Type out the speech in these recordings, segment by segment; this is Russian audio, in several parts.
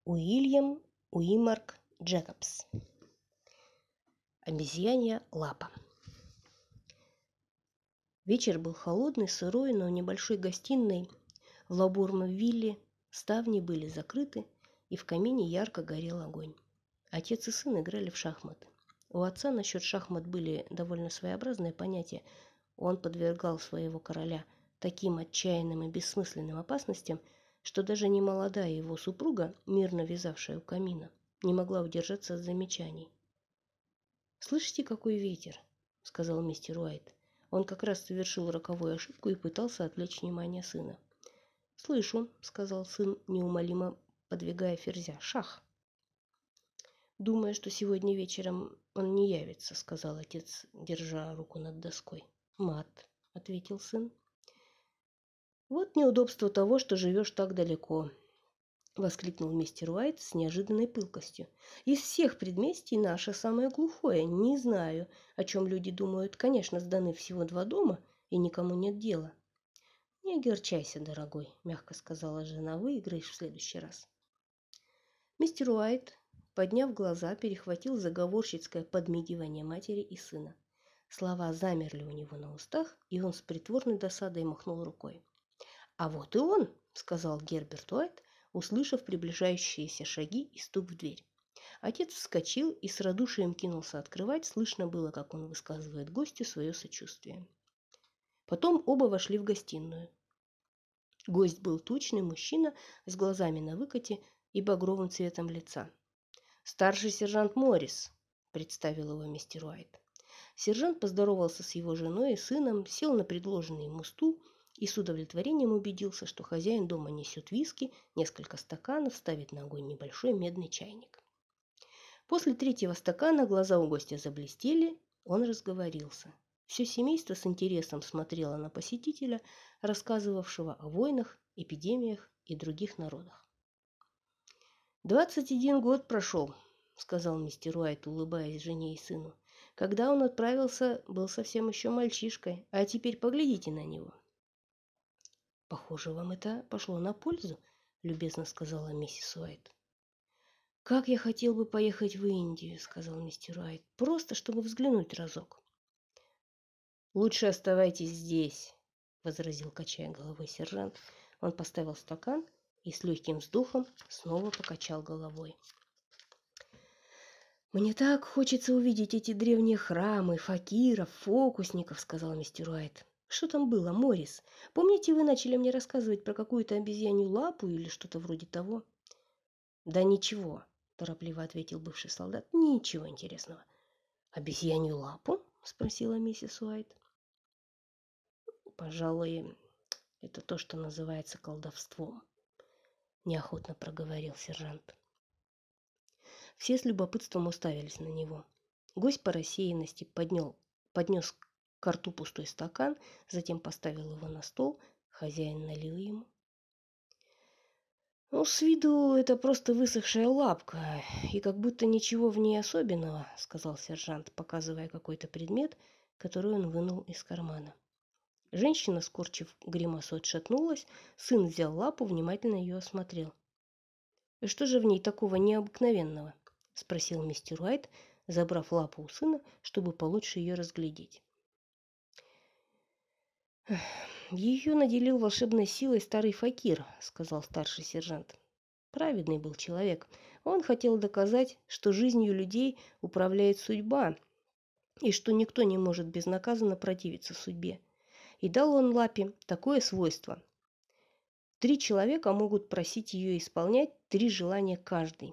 Уильям Уимарк Джекобс. Обезьянья лапа. Вечер был холодный, сырой, но в небольшой гостиной в Лабурмовилле ставни были закрыты, и в камине ярко горел огонь. Отец и сын играли в шахматы. У отца насчет шахмат были довольно своеобразные понятия. Он подвергал своего короля таким отчаянным и бессмысленным опасностям, что даже немолодая его супруга, мирно вязавшая у камина, не могла удержаться от замечаний. «Слышите, какой ветер?» — сказал мистер Уайт. Он как раз совершил роковую ошибку и пытался отвлечь внимание сына. «Слышу», — сказал сын, неумолимо подвигая ферзя. «Шах». «Думаю, что сегодня вечером он не явится», — сказал отец, держа руку над доской. «Мат», — ответил сын. «Вот неудобство того, что живешь так далеко», — воскликнул мистер Уайт с неожиданной пылкостью. «Из всех предместий наше самое глухое. Не знаю, о чем люди думают. Конечно, сданы всего 2 дома, и никому нет дела». «Не огорчайся, дорогой», — мягко сказала жена. «Выиграешь в следующий раз». Мистер Уайт, подняв глаза, перехватил заговорщицкое подмигивание матери и сына. Слова замерли у него на устах, и он с притворной досадой махнул рукой. «А вот и он», — сказал Герберт Уайт, услышав приближающиеся шаги и стук в дверь. Отец вскочил и с радушием кинулся открывать. Слышно было, как он высказывает гостю свое сочувствие. Потом оба вошли в гостиную. Гость был тучный мужчина с глазами на выкате и багровым цветом лица. «Старший сержант Моррис», — представил его мистер Уайт. Сержант поздоровался с его женой и сыном, сел на предложенный ему стул и с удовлетворением убедился, что хозяин дома несет виски, несколько стаканов, ставит на огонь небольшой медный чайник. После 3-го стакана глаза у гостя заблестели, он разговорился. Все семейство с интересом смотрело на посетителя, рассказывавшего о войнах, эпидемиях и других народах. 21 год прошел, — сказал мистер Уайт, улыбаясь жене и сыну. Когда он отправился, был совсем еще мальчишкой, а теперь поглядите на него. «Похоже, вам это пошло на пользу», — любезно сказала миссис Уайт. «Как я хотел бы поехать в Индию», — сказал мистер Уайт, — «просто чтобы взглянуть разок». «Лучше оставайтесь здесь», — возразил, качая головой сержант. Он поставил стакан и с легким вздохом снова покачал головой. «Мне так хочется увидеть эти древние храмы, факиров, фокусников», — сказал мистер Уайт. «Что там было, Моррис? Помните, вы начали мне рассказывать про какую-то обезьянью лапу или что-то вроде того?» «Да ничего», — торопливо ответил бывший солдат. «Ничего интересного». «Обезьянью лапу?» — спросила миссис Уайт. «Пожалуй, это то, что называется колдовством», — неохотно проговорил сержант. Все с любопытством уставились на него. Гость по рассеянности поднес к рту пустой стакан, затем поставил его на стол, хозяин налил ему. «Ну, с виду это просто высохшая лапка, и как будто ничего в ней особенного», — сказал сержант, показывая какой-то предмет, который он вынул из кармана. Женщина, скорчив гримасу, отшатнулась, сын взял лапу, внимательно ее осмотрел. «И что же в ней такого необыкновенного?» — спросил мистер Уайт, забрав лапу у сына, чтобы получше ее разглядеть. «Ее наделил волшебной силой старый факир», — сказал старший сержант. «Праведный был человек. Он хотел доказать, что жизнью людей управляет судьба, и что никто не может безнаказанно противиться судьбе. И дал он лапе такое свойство. 3 человека могут просить ее исполнять 3 желания каждый».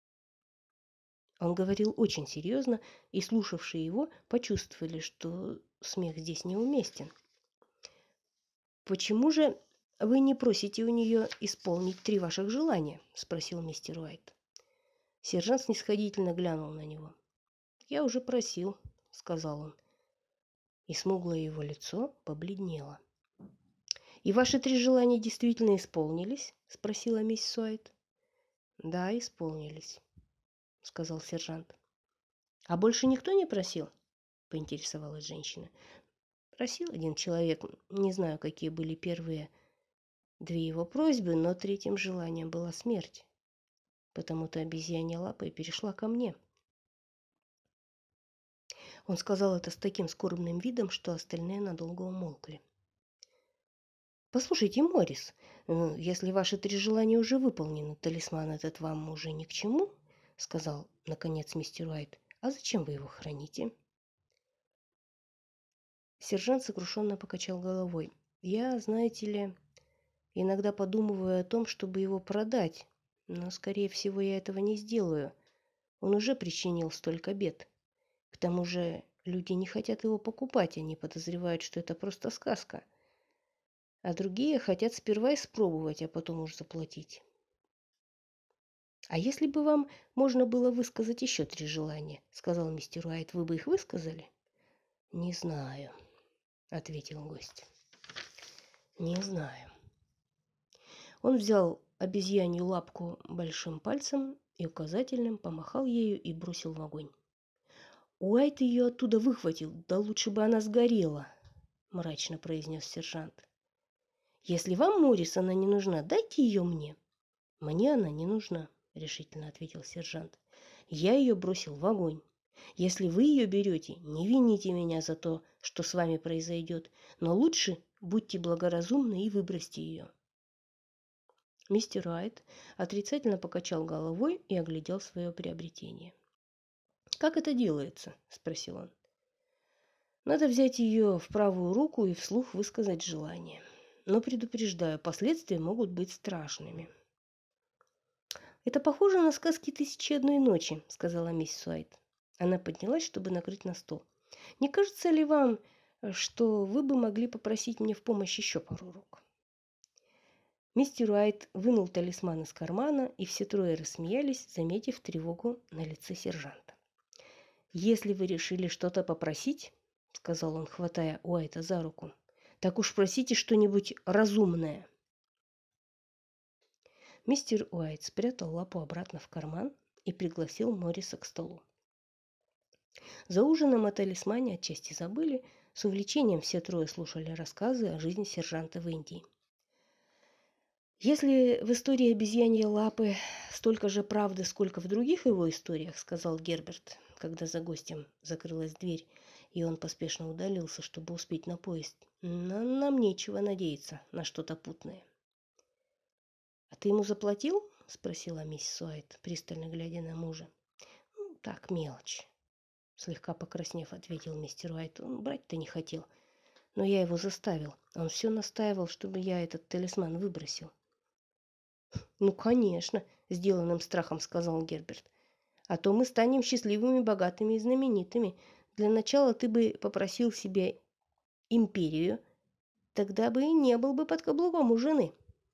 Он говорил очень серьезно, и слушавшие его почувствовали, что смех здесь неуместен. «Почему же вы не просите у нее исполнить 3 ваших желания?» – спросил мистер Уайт. Сержант снисходительно глянул на него. «Я уже просил», – сказал он, и смуглое его лицо побледнело. «И ваши 3 желания действительно исполнились?» – спросила миссис Уайт. «Да, исполнились», – сказал сержант. «А больше никто не просил?» – поинтересовалась женщина. «Просил один человек. Не знаю, какие были первые 2 его просьбы, но 3-м желанием была смерть». потому-то обезьянья лапа и перешла ко мне. Он сказал это с таким скорбным видом, что остальные надолго умолкли. «Послушайте, Моррис, если ваши 3 желания уже выполнены, талисман этот вам уже ни к чему», — сказал, наконец, мистер Уайт. «А зачем вы его храните?» Сержант сокрушенно покачал головой. «Я, знаете ли, иногда подумываю о том, чтобы его продать, но, скорее всего, я этого не сделаю. Он уже причинил столько бед. К тому же люди не хотят его покупать, они подозревают, что это просто сказка. А другие хотят сперва испробовать, а потом уж заплатить. «А если бы вам можно было высказать еще 3 желания, — сказал мистер Уайт, — вы бы их высказали?» «Не знаю», — ответил гость. «Не знаю». Он взял обезьянью лапку большим пальцем и указательным, помахал ею и бросил в огонь. «Уайт ее оттуда выхватил, да лучше бы она сгорела», — мрачно произнес сержант. «Если вам, Моррис, она не нужна, дайте ее мне». «Мне она не нужна», — решительно ответил сержант. «Я ее бросил в огонь. Если вы ее берете, не вините меня за то, что с вами произойдет, но лучше будьте благоразумны и выбросьте ее». Мистер Уайт отрицательно покачал головой и оглядел свое приобретение. «Как это делается?» – спросил он. «Надо взять ее в правую руку и вслух высказать желание. Но предупреждаю, последствия могут быть страшными». «Это похоже на сказки «Тысячи и одной ночи», — сказала миссис Уайт. Она поднялась, чтобы накрыть на стол. «Не кажется ли вам, что вы бы могли попросить мне в помощь еще пару рук?» Мистер Уайт вынул талисман из кармана, и все 3 рассмеялись, заметив тревогу на лице сержанта. «Если вы решили что-то попросить, — сказал он, хватая Уайта за руку, — так уж просите что-нибудь разумное». Мистер Уайт спрятал лапу обратно в карман и пригласил Морриса к столу. За ужином о талисмане отчасти забыли, с увлечением все 3 слушали рассказы о жизни сержанта в Индии. «Если в истории обезьяньей лапы столько же правды, сколько в других его историях, — сказал Герберт, когда за гостем закрылась дверь, и он поспешно удалился, чтобы успеть на поезд, — нам нечего надеяться на что-то путное». «А ты ему заплатил?» — спросила миссис Уайт, пристально глядя на мужа. «Так, мелочь», — слегка покраснев, ответил мистер Уайт. «Он брать-то не хотел, но я его заставил. Он все настаивал, чтобы я этот талисман выбросил». «Ну, конечно», — сделанным страхом сказал Герберт. «А то мы станем счастливыми, богатыми и знаменитыми. Для начала ты бы попросил себе империю, тогда бы и не был бы под каблуком у жены».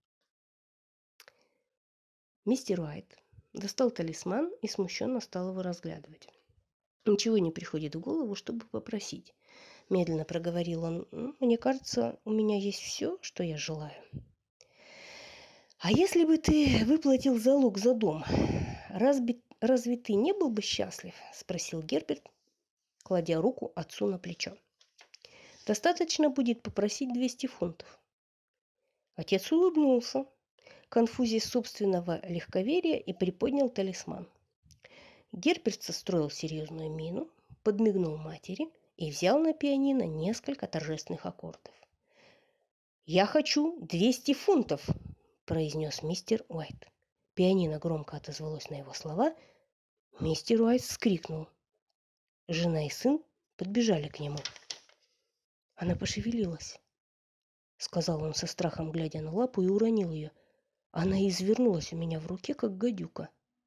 Мистер Уайт достал талисман и смущенно стал его разглядывать. «Ничего не приходит в голову, чтобы попросить», — медленно проговорил он. «Мне кажется, у меня есть все, что я желаю». «А если бы ты выплатил залог за дом, разве ты не был бы счастлив?» — спросил Герберт, кладя руку отцу на плечо. «Достаточно будет попросить 200 фунтов». Отец улыбнулся, конфузясь собственного легковерия, и приподнял талисман. Герберт состроил серьезную мину, подмигнул матери и взял на пианино несколько торжественных аккордов. «Я хочу 200 фунтов!» – произнес мистер Уайт. Пианино громко отозвалось на его слова. Мистер Уайт вскрикнул. Жена и сын подбежали к нему. «Она пошевелилась», — сказал он со страхом, глядя на лапу, и уронил ее. «Она извернулась у меня в руке, как гадюка».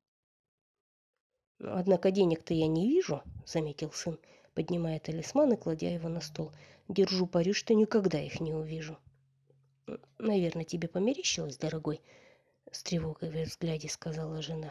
«Однако денег-то я не вижу», — заметил сын, поднимая талисман и кладя его на стол. «Держу пари, что никогда их не увижу». «Наверное, тебе померещилось, дорогой?» — с тревогой в взгляде сказала жена.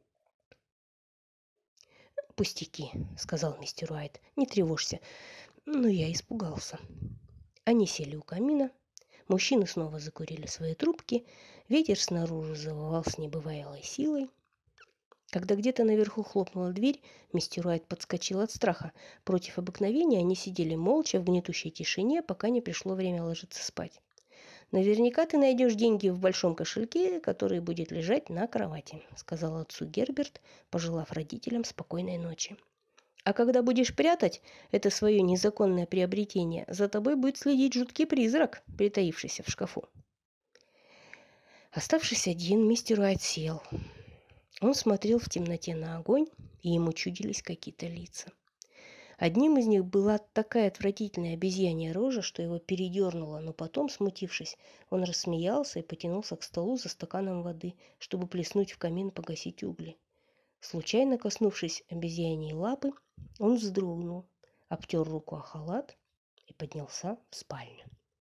«Пустяки», — сказал мистер Уайт. «Не тревожься». Но я испугался. Они сели у камина. Мужчины снова закурили свои трубки. Ветер снаружи завывал с небывалой силой. Когда где-то наверху хлопнула дверь, мистер Уайт подскочил от страха. Против обыкновения они сидели молча в гнетущей тишине, пока не пришло время ложиться спать. Наверняка ты найдешь деньги в большом кошельке, который будет лежать на кровати, сказал отцу Герберт, пожелав родителям спокойной ночи. А когда будешь прятать это свое незаконное приобретение, за тобой будет следить жуткий призрак, притаившийся в шкафу. Оставшись один, мистер Уайт сел. Он смотрел в темноте на огонь, и ему чудились какие-то лица. Одним из них была такая отвратительная обезьянья рожа, что его передернуло, но потом, смутившись, он рассмеялся и потянулся к столу за стаканом воды, чтобы плеснуть в камин и погасить угли. Случайно коснувшись обезьяньей лапы, он вздрогнул, обтер руку о халат и поднялся в спальню.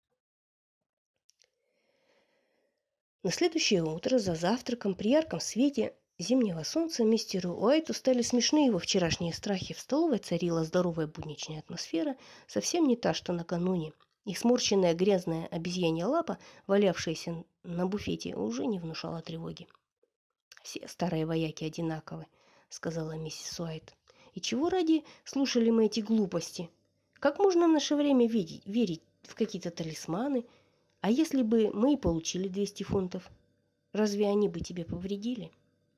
На следующее утро за завтраком при ярком свете зимнего солнца мистеру Уайту стали смешны его вчерашние страхи. В столовой царила здоровая будничная атмосфера, совсем не та, что накануне. И сморщенная грязная обезьянья лапа, валявшаяся на буфете, уже не внушала тревоги. «Все старые вояки одинаковы», — сказала миссис Уайт. «И чего ради слушали мы эти глупости? Как можно в наше время верить в какие-то талисманы? А если бы мы и получили 200 фунтов, разве они бы тебе повредили?»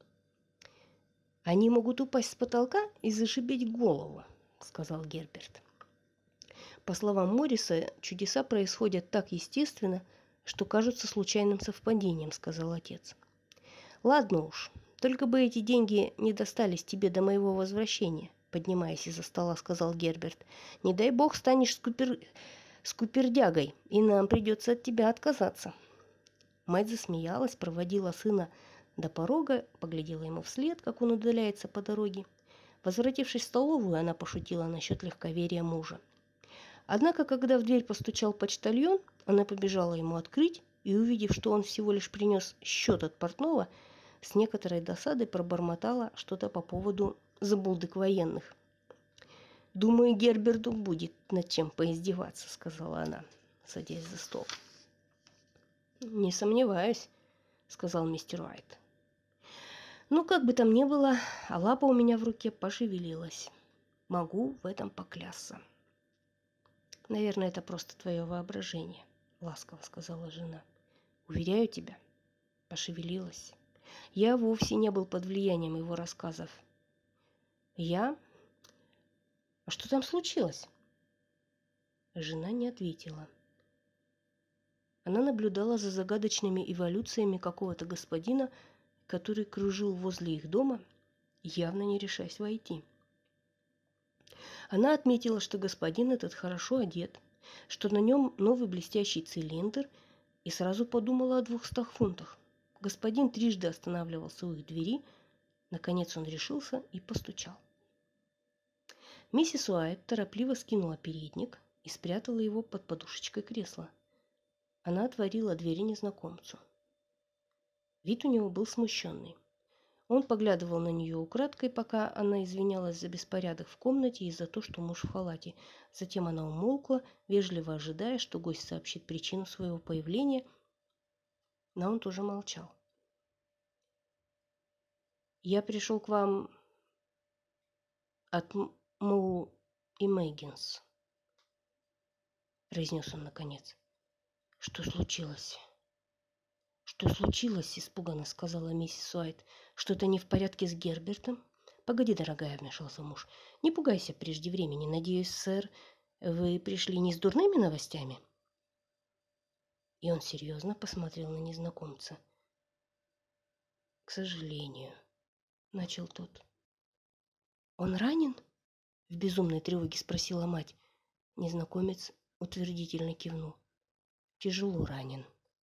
«Они могут упасть с потолка и зашибить голову», — сказал Герберт. «По словам Морриса, чудеса происходят так естественно, что кажутся случайным совпадением», — сказал отец. «Ладно уж, только бы эти деньги не достались тебе до моего возвращения», — поднимаясь из-за стола, сказал Герберт. «Не дай бог станешь скупердягой, и нам придется от тебя отказаться». Мать засмеялась, проводила сына до порога, поглядела ему вслед, как он удаляется по дороге. Возвратившись в столовую, она пошутила насчет легковерия мужа. Однако, когда в дверь постучал почтальон, она побежала ему открыть и, увидев, что он всего лишь принес счет от портного, с некоторой досадой пробормотала что-то по поводу забулдык военных. «Думаю, Герберту будет над чем поиздеваться», — сказала она, садясь за стол. «Не сомневаюсь», — сказал мистер Уайт. «Ну, как бы там ни было, а лапа у меня в руке пошевелилась. Могу в этом поклясться». «Наверное, это просто твое воображение», — ласково сказала жена. «Уверяю тебя, пошевелилась. Я вовсе не был под влиянием его рассказов». «Я? А что там случилось?» Жена не ответила. Она наблюдала за загадочными эволюциями какого-то господина, который кружил возле их дома, явно не решаясь войти. Она отметила, что господин этот хорошо одет, что на нем новый блестящий цилиндр, и сразу подумала о 200 фунтах. Господин трижды останавливался у их двери. Наконец он решился и постучал. Миссис Уайт торопливо скинула передник и спрятала его под подушечкой кресла. Она отворила двери незнакомцу. Вид у него был смущенный. Он поглядывал на нее украдкой, пока она извинялась за беспорядок в комнате и за то, что муж в халате. Затем она умолкла, вежливо ожидая, что гость сообщит причину своего появления, но он тоже молчал. «Я пришел к вам от Моу и Мэггинс», — произнес он наконец. «Что случилось?» «Что случилось?» – испуганно сказала миссис Уайт. «Что-то не в порядке с Гербертом?» «Погоди, дорогая», – вмешался муж. «Не пугайся прежде времени. Надеюсь, сэр, вы пришли не с дурными новостями?» И он серьезно посмотрел на незнакомца. «К сожалению», – начал тот. «Он ранен?» – в безумной тревоге спросила мать. Незнакомец утвердительно кивнул. «Тяжело ранен»,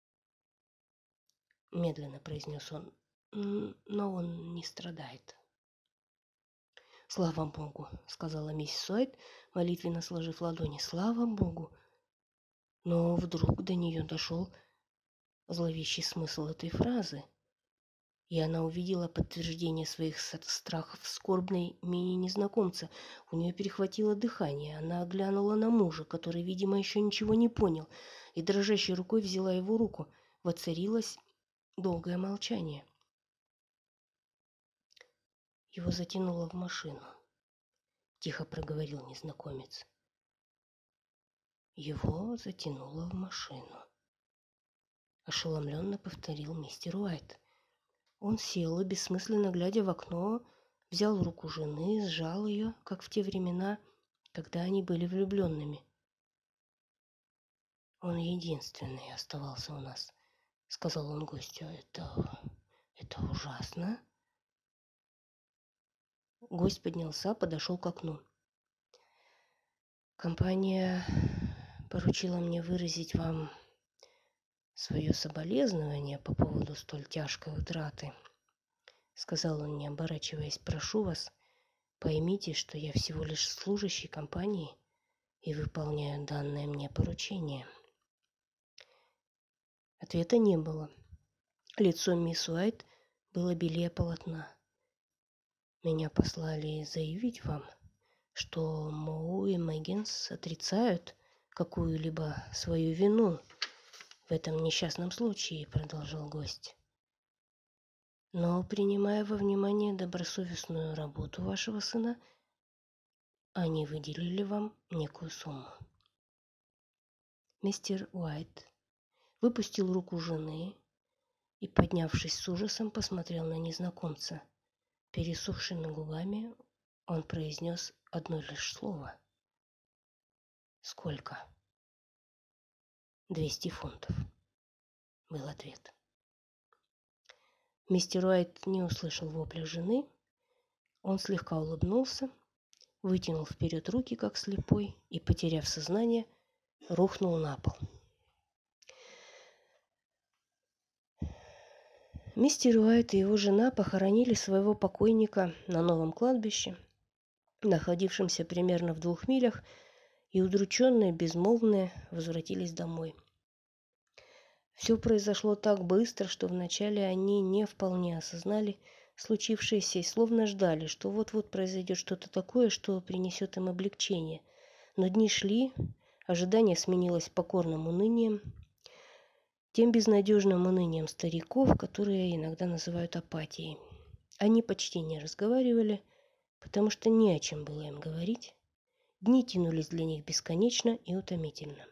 – медленно произнес он. «Но он не страдает». «Слава Богу», — сказала миссис Уайт, молитвенно сложив ладони. «Слава Богу». Но вдруг до нее дошел зловещий смысл этой фразы, и она увидела подтверждение своих страхов в скорбной мине незнакомца. У нее перехватило дыхание. Она оглянула на мужа, который, видимо, еще ничего не понял, и дрожащей рукой взяла его руку. Воцарилось долгое молчание. «Его затянуло в машину», — тихо проговорил незнакомец. «Его затянуло в машину», — ошеломленно повторил мистер Уайт. Он сел и, бессмысленно глядя в окно, взял руку жены, сжал ее, как в те времена, когда они были влюбленными. «Он единственный оставался у нас», — сказал он гостю. Это ужасно». Гость поднялся, подошел к окну. «Компания поручила мне выразить вам свое соболезнование по поводу столь тяжкой утраты», — сказал он, не оборачиваясь. «Прошу вас, поймите, что я всего лишь служащий компании и выполняю данное мне поручение». Ответа не было. Лицо мисс Уайт было белее полотна. «Меня послали заявить вам, что Моу и Мэггинс отрицают какую-либо свою вину в этом несчастном случае», — продолжал гость. «Но, принимая во внимание добросовестную работу вашего сына, они выделили вам некую сумму». Мистер Уайт выпустил руку жены и, поднявшись с ужасом, посмотрел на незнакомца. Пересохшими губами он произнес одно лишь слово. «Сколько?» «200 фунтов», — был ответ. Мистер Уайт не услышал вопля жены. Он слегка улыбнулся, вытянул вперед руки, как слепой, и, потеряв сознание, рухнул на пол. Мистер Уайт и его жена похоронили своего покойника на новом кладбище, находившемся примерно в 2 милях, и удрученные, безмолвные, возвратились домой. Все произошло так быстро, что вначале они не вполне осознали случившееся и словно ждали, что вот-вот произойдет что-то такое, что принесет им облегчение. Но дни шли, ожидание сменилось покорным унынием, тем безнадежным унынием стариков, которые иногда называют апатией. Они почти не разговаривали, потому что не о чем было им говорить. Дни тянулись для них бесконечно и утомительно.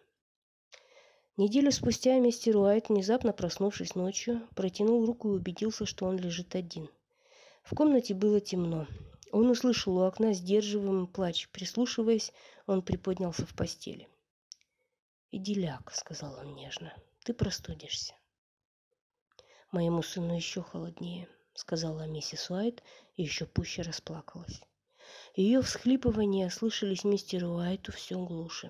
Неделю спустя мистер Уайт, внезапно проснувшись ночью, протянул руку и убедился, что он лежит один. В комнате было темно. Он услышал у окна сдерживаемый плач. Прислушиваясь, он приподнялся в постели. «Иди ляг», — сказал он нежно, — «ты простудишься». «Моему сыну еще холоднее», — сказала миссис Уайт и еще пуще расплакалась. Ее всхлипывания слышались мистеру Уайту все глуше.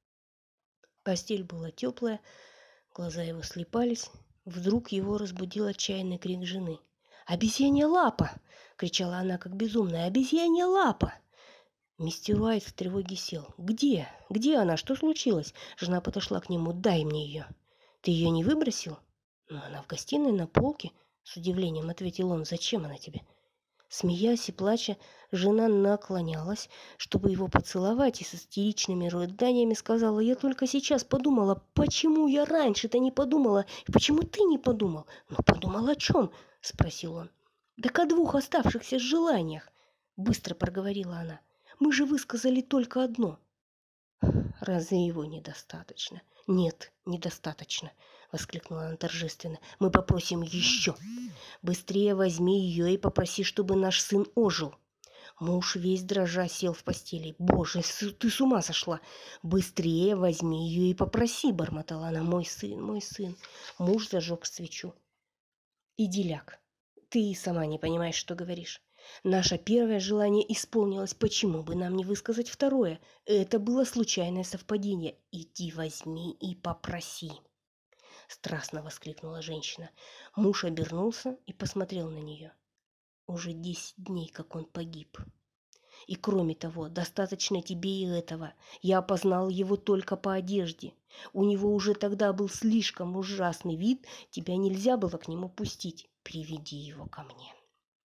Постель была теплая, глаза его слепались. Вдруг его разбудил отчаянный крик жены. «Обезьянья лапа!» — кричала она, как безумная. «Обезьянья лапа!» Мистер Уайт в тревоге сел. «Где? Где она? Что случилось?» Жена подошла к нему. «Дай мне ее». «Ты ее не выбросил?» «Но она в гостиной на полке», — с удивлением ответил он. «Зачем она тебе?» Смеясь и плача, жена наклонялась, чтобы его поцеловать, и с истеричными рыданиями сказала: «Я только сейчас подумала, почему я раньше-то не подумала, и почему ты не подумал?» «Ну, подумал о чем?» — спросил он. «Так о 2 оставшихся желаниях», — быстро проговорила она. «Мы же высказали только одно». «Разве его недостаточно?» «Нет, недостаточно», — воскликнула она торжественно. «Мы попросим еще. Быстрее возьми ее и попроси, чтобы наш сын ожил». Муж весь дрожа сел в постели. «Боже, ты с ума сошла! Быстрее возьми ее и попроси», — бормотала она. «Мой сын, мой сын». Муж зажег свечу. «Иди ляг. Ты и сама не понимаешь, что говоришь. Наше первое желание исполнилось. Почему бы нам не высказать второе? Это было случайное совпадение. Иди возьми и попроси», — страстно воскликнула женщина. Муж обернулся и посмотрел на нее. Уже 10 дней, как он погиб. И кроме того, достаточно тебе и этого. Я опознал его только по одежде. У него уже тогда был слишком ужасный вид, тебя нельзя было к нему пустить. Приведи его ко мне.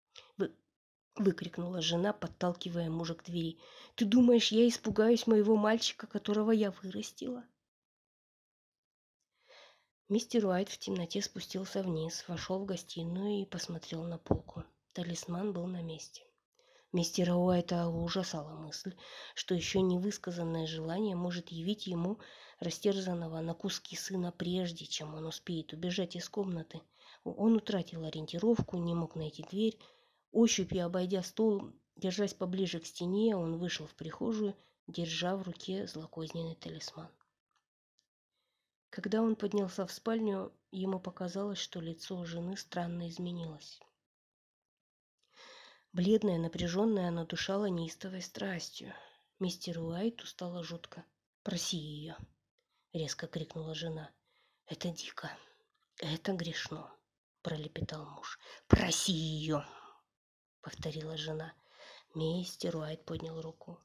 Выкрикнула жена, подталкивая мужа к двери. «Ты думаешь, я испугаюсь моего мальчика, которого я вырастила?» Мистер Уайт в темноте спустился вниз, вошел в гостиную и посмотрел на полку. Талисман был на месте. Мистера Уайта ужасала мысль, что еще невысказанное желание может явить ему растерзанного на куски сына прежде, чем он успеет убежать из комнаты. Он утратил ориентировку, не мог найти дверь. Ощупью обойдя стол, держась поближе к стене, он вышел в прихожую, держа в руке злокозненный талисман. Когда он поднялся в спальню, ему показалось, что лицо жены странно изменилось. Бледная, напряженная, она дышала неистовой страстью. Мистеру Уайту стало жутко. «Проси ее!» — резко крикнула жена. «Это дико, это грешно!» — пролепетал муж. «Проси ее!» — повторила жена. Мистер Уайт поднял руку.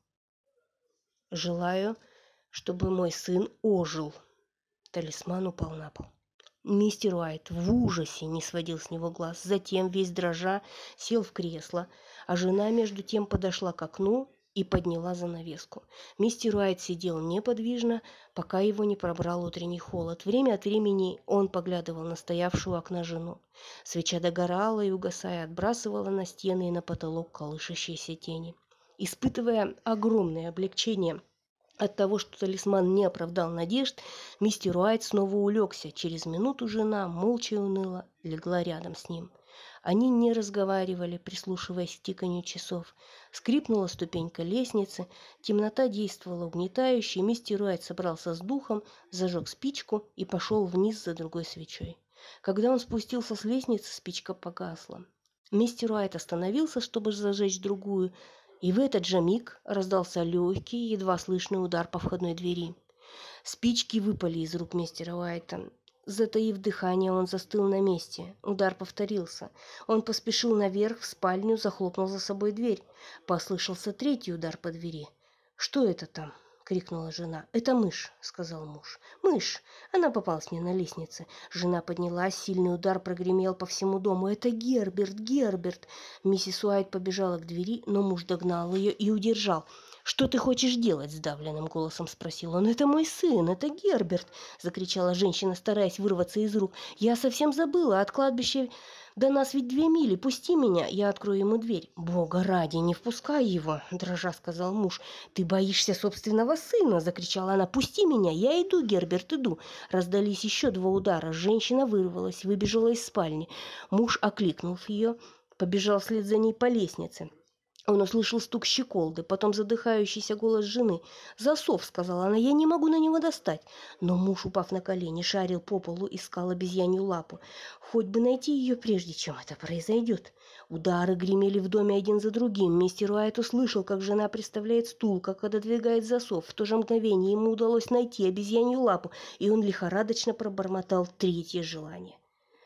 «Желаю, чтобы мой сын ожил!» Талисман упал на пол. Мистер Уайт в ужасе не сводил с него глаз, затем, весь дрожа, сел в кресло, а жена между тем подошла к окну и подняла занавеску. Мистер Уайт сидел неподвижно, пока его не пробрал утренний холод. Время от времени он поглядывал на стоявшую у окна жену. Свеча догорала и, угасая, отбрасывала на стены и на потолок колышащиеся тени. Испытывая огромное облегчение от того, что талисман не оправдал надежд, мистер Уайт снова улегся. Через минуту жена, молча и уныло, легла рядом с ним. Они не разговаривали, прислушиваясь к тиканью часов. Скрипнула ступенька лестницы, темнота действовала угнетающе, и мистер Уайт собрался с духом, зажег спичку и пошел вниз за другой свечой. Когда он спустился с лестницы, спичка погасла. Мистер Уайт остановился, чтобы зажечь другую, и в этот же миг раздался легкий, едва слышный удар по входной двери. Спички выпали из рук мистера Уайта. Затаив дыхание, он застыл на месте. Удар повторился. Он поспешил наверх в спальню, захлопнул за собой дверь. Послышался третий удар по двери. «Что это там?» — крикнула жена. «Это мышь», — сказал муж. «Мышь! Она попалась мне на лестнице». Жена поднялась, сильный удар прогремел по всему дому. «Это Герберт! Герберт!» Миссис Уайт побежала к двери, но муж догнал ее и удержал. «Что ты хочешь делать?» — сдавленным голосом спросил он. «Это мой сын, это Герберт!» — закричала женщина, стараясь вырваться из рук. «Я совсем забыла, от кладбища до нас ведь 2 мили. Пусти меня, я открою ему дверь». «Бога ради, не впускай его!» — дрожа сказал муж. «Ты боишься собственного сына!» — закричала она. «Пусти меня, я иду, Герберт, иду!» Раздались еще 2 удара. Женщина вырвалась, выбежала из спальни. Муж, окликнув ее, побежал вслед за ней по лестнице. Он услышал стук щеколды, потом задыхающийся голос жены. «Засов», — сказала она, — «я не могу на него достать». Но муж, упав на колени, шарил по полу, искал обезьянью лапу. Хоть бы найти ее, прежде чем это произойдет. Удары гремели в доме один за другим. Мистер Уайт услышал, как жена приставляет стул, как отодвигает засов. В то же мгновение ему удалось найти обезьянью лапу, и он лихорадочно пробормотал 3-е желание.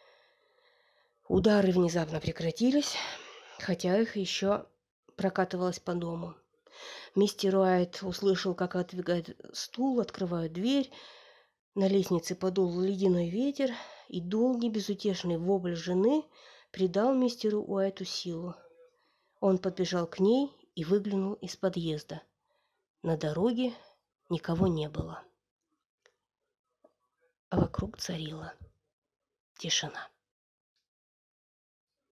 Удары внезапно прекратились, хотя их еще прокатывалась по дому. Мистер Уайт услышал, как отодвигают стул, открывают дверь. На лестнице подул ледяной ветер, и долгий безутешный вопль жены придал мистеру Уайту силу. Он подбежал к ней и выглянул из подъезда. На дороге никого не было, а вокруг царила тишина.